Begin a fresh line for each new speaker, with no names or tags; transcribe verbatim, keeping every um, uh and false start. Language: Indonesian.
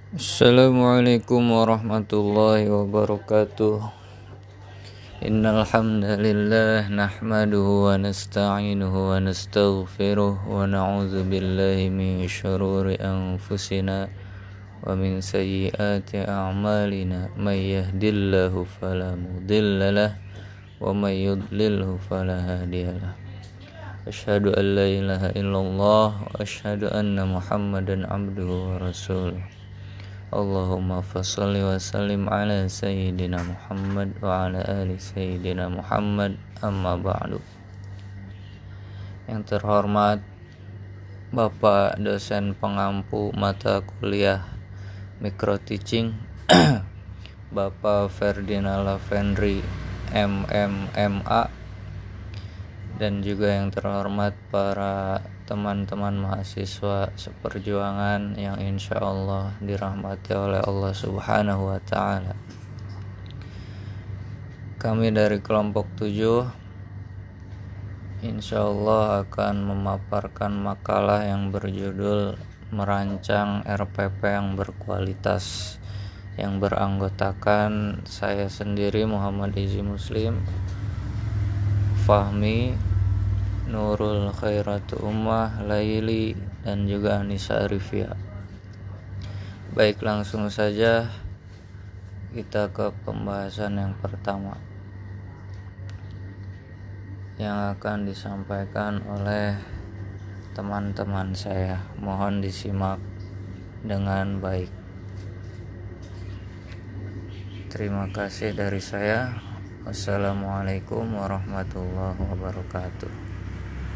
Assalamualaikum warahmatullahi wabarakatuh. Innal hamdalillah nahmaduhu wa nasta'inuhu wa nastaghfiruh wa na'udzu billahi min shururi anfusina wa min sayyiati a'malina may yahdihillahu fala mudilla lahu wa may yudlilhu fala hadiyalah. Asyhadu an la ilaha illallah wa asyhadu anna Muhammadan abduhu wa rasuluh. Allahumma fassalli wa sallim ala sayyidina Muhammad wa ala ali sayyidina Muhammad, amma ba'du. Yang terhormat Bapak dosen pengampu mata kuliah Micro Teaching Bapak Ferdinand Lavendry M M M A, dan juga yang terhormat para teman-teman mahasiswa seperjuangan yang insya Allah dirahmati oleh Allah Subhanahu wa Ta'ala. Kami dari kelompok tujuh insya Allah akan memaparkan makalah yang berjudul Merancang R P P yang berkualitas, yang beranggotakan saya sendiri Muhammad Izi Muslim, Fahmi, Nurul Khairatu Ummah, Laili, dan juga Anissa Arifia. Baik, langsung saja kita ke pembahasan yang pertama yang akan disampaikan oleh teman-teman saya. Mohon disimak dengan baik. Terima kasih dari saya. Wassalamualaikum warahmatullahi wabarakatuh.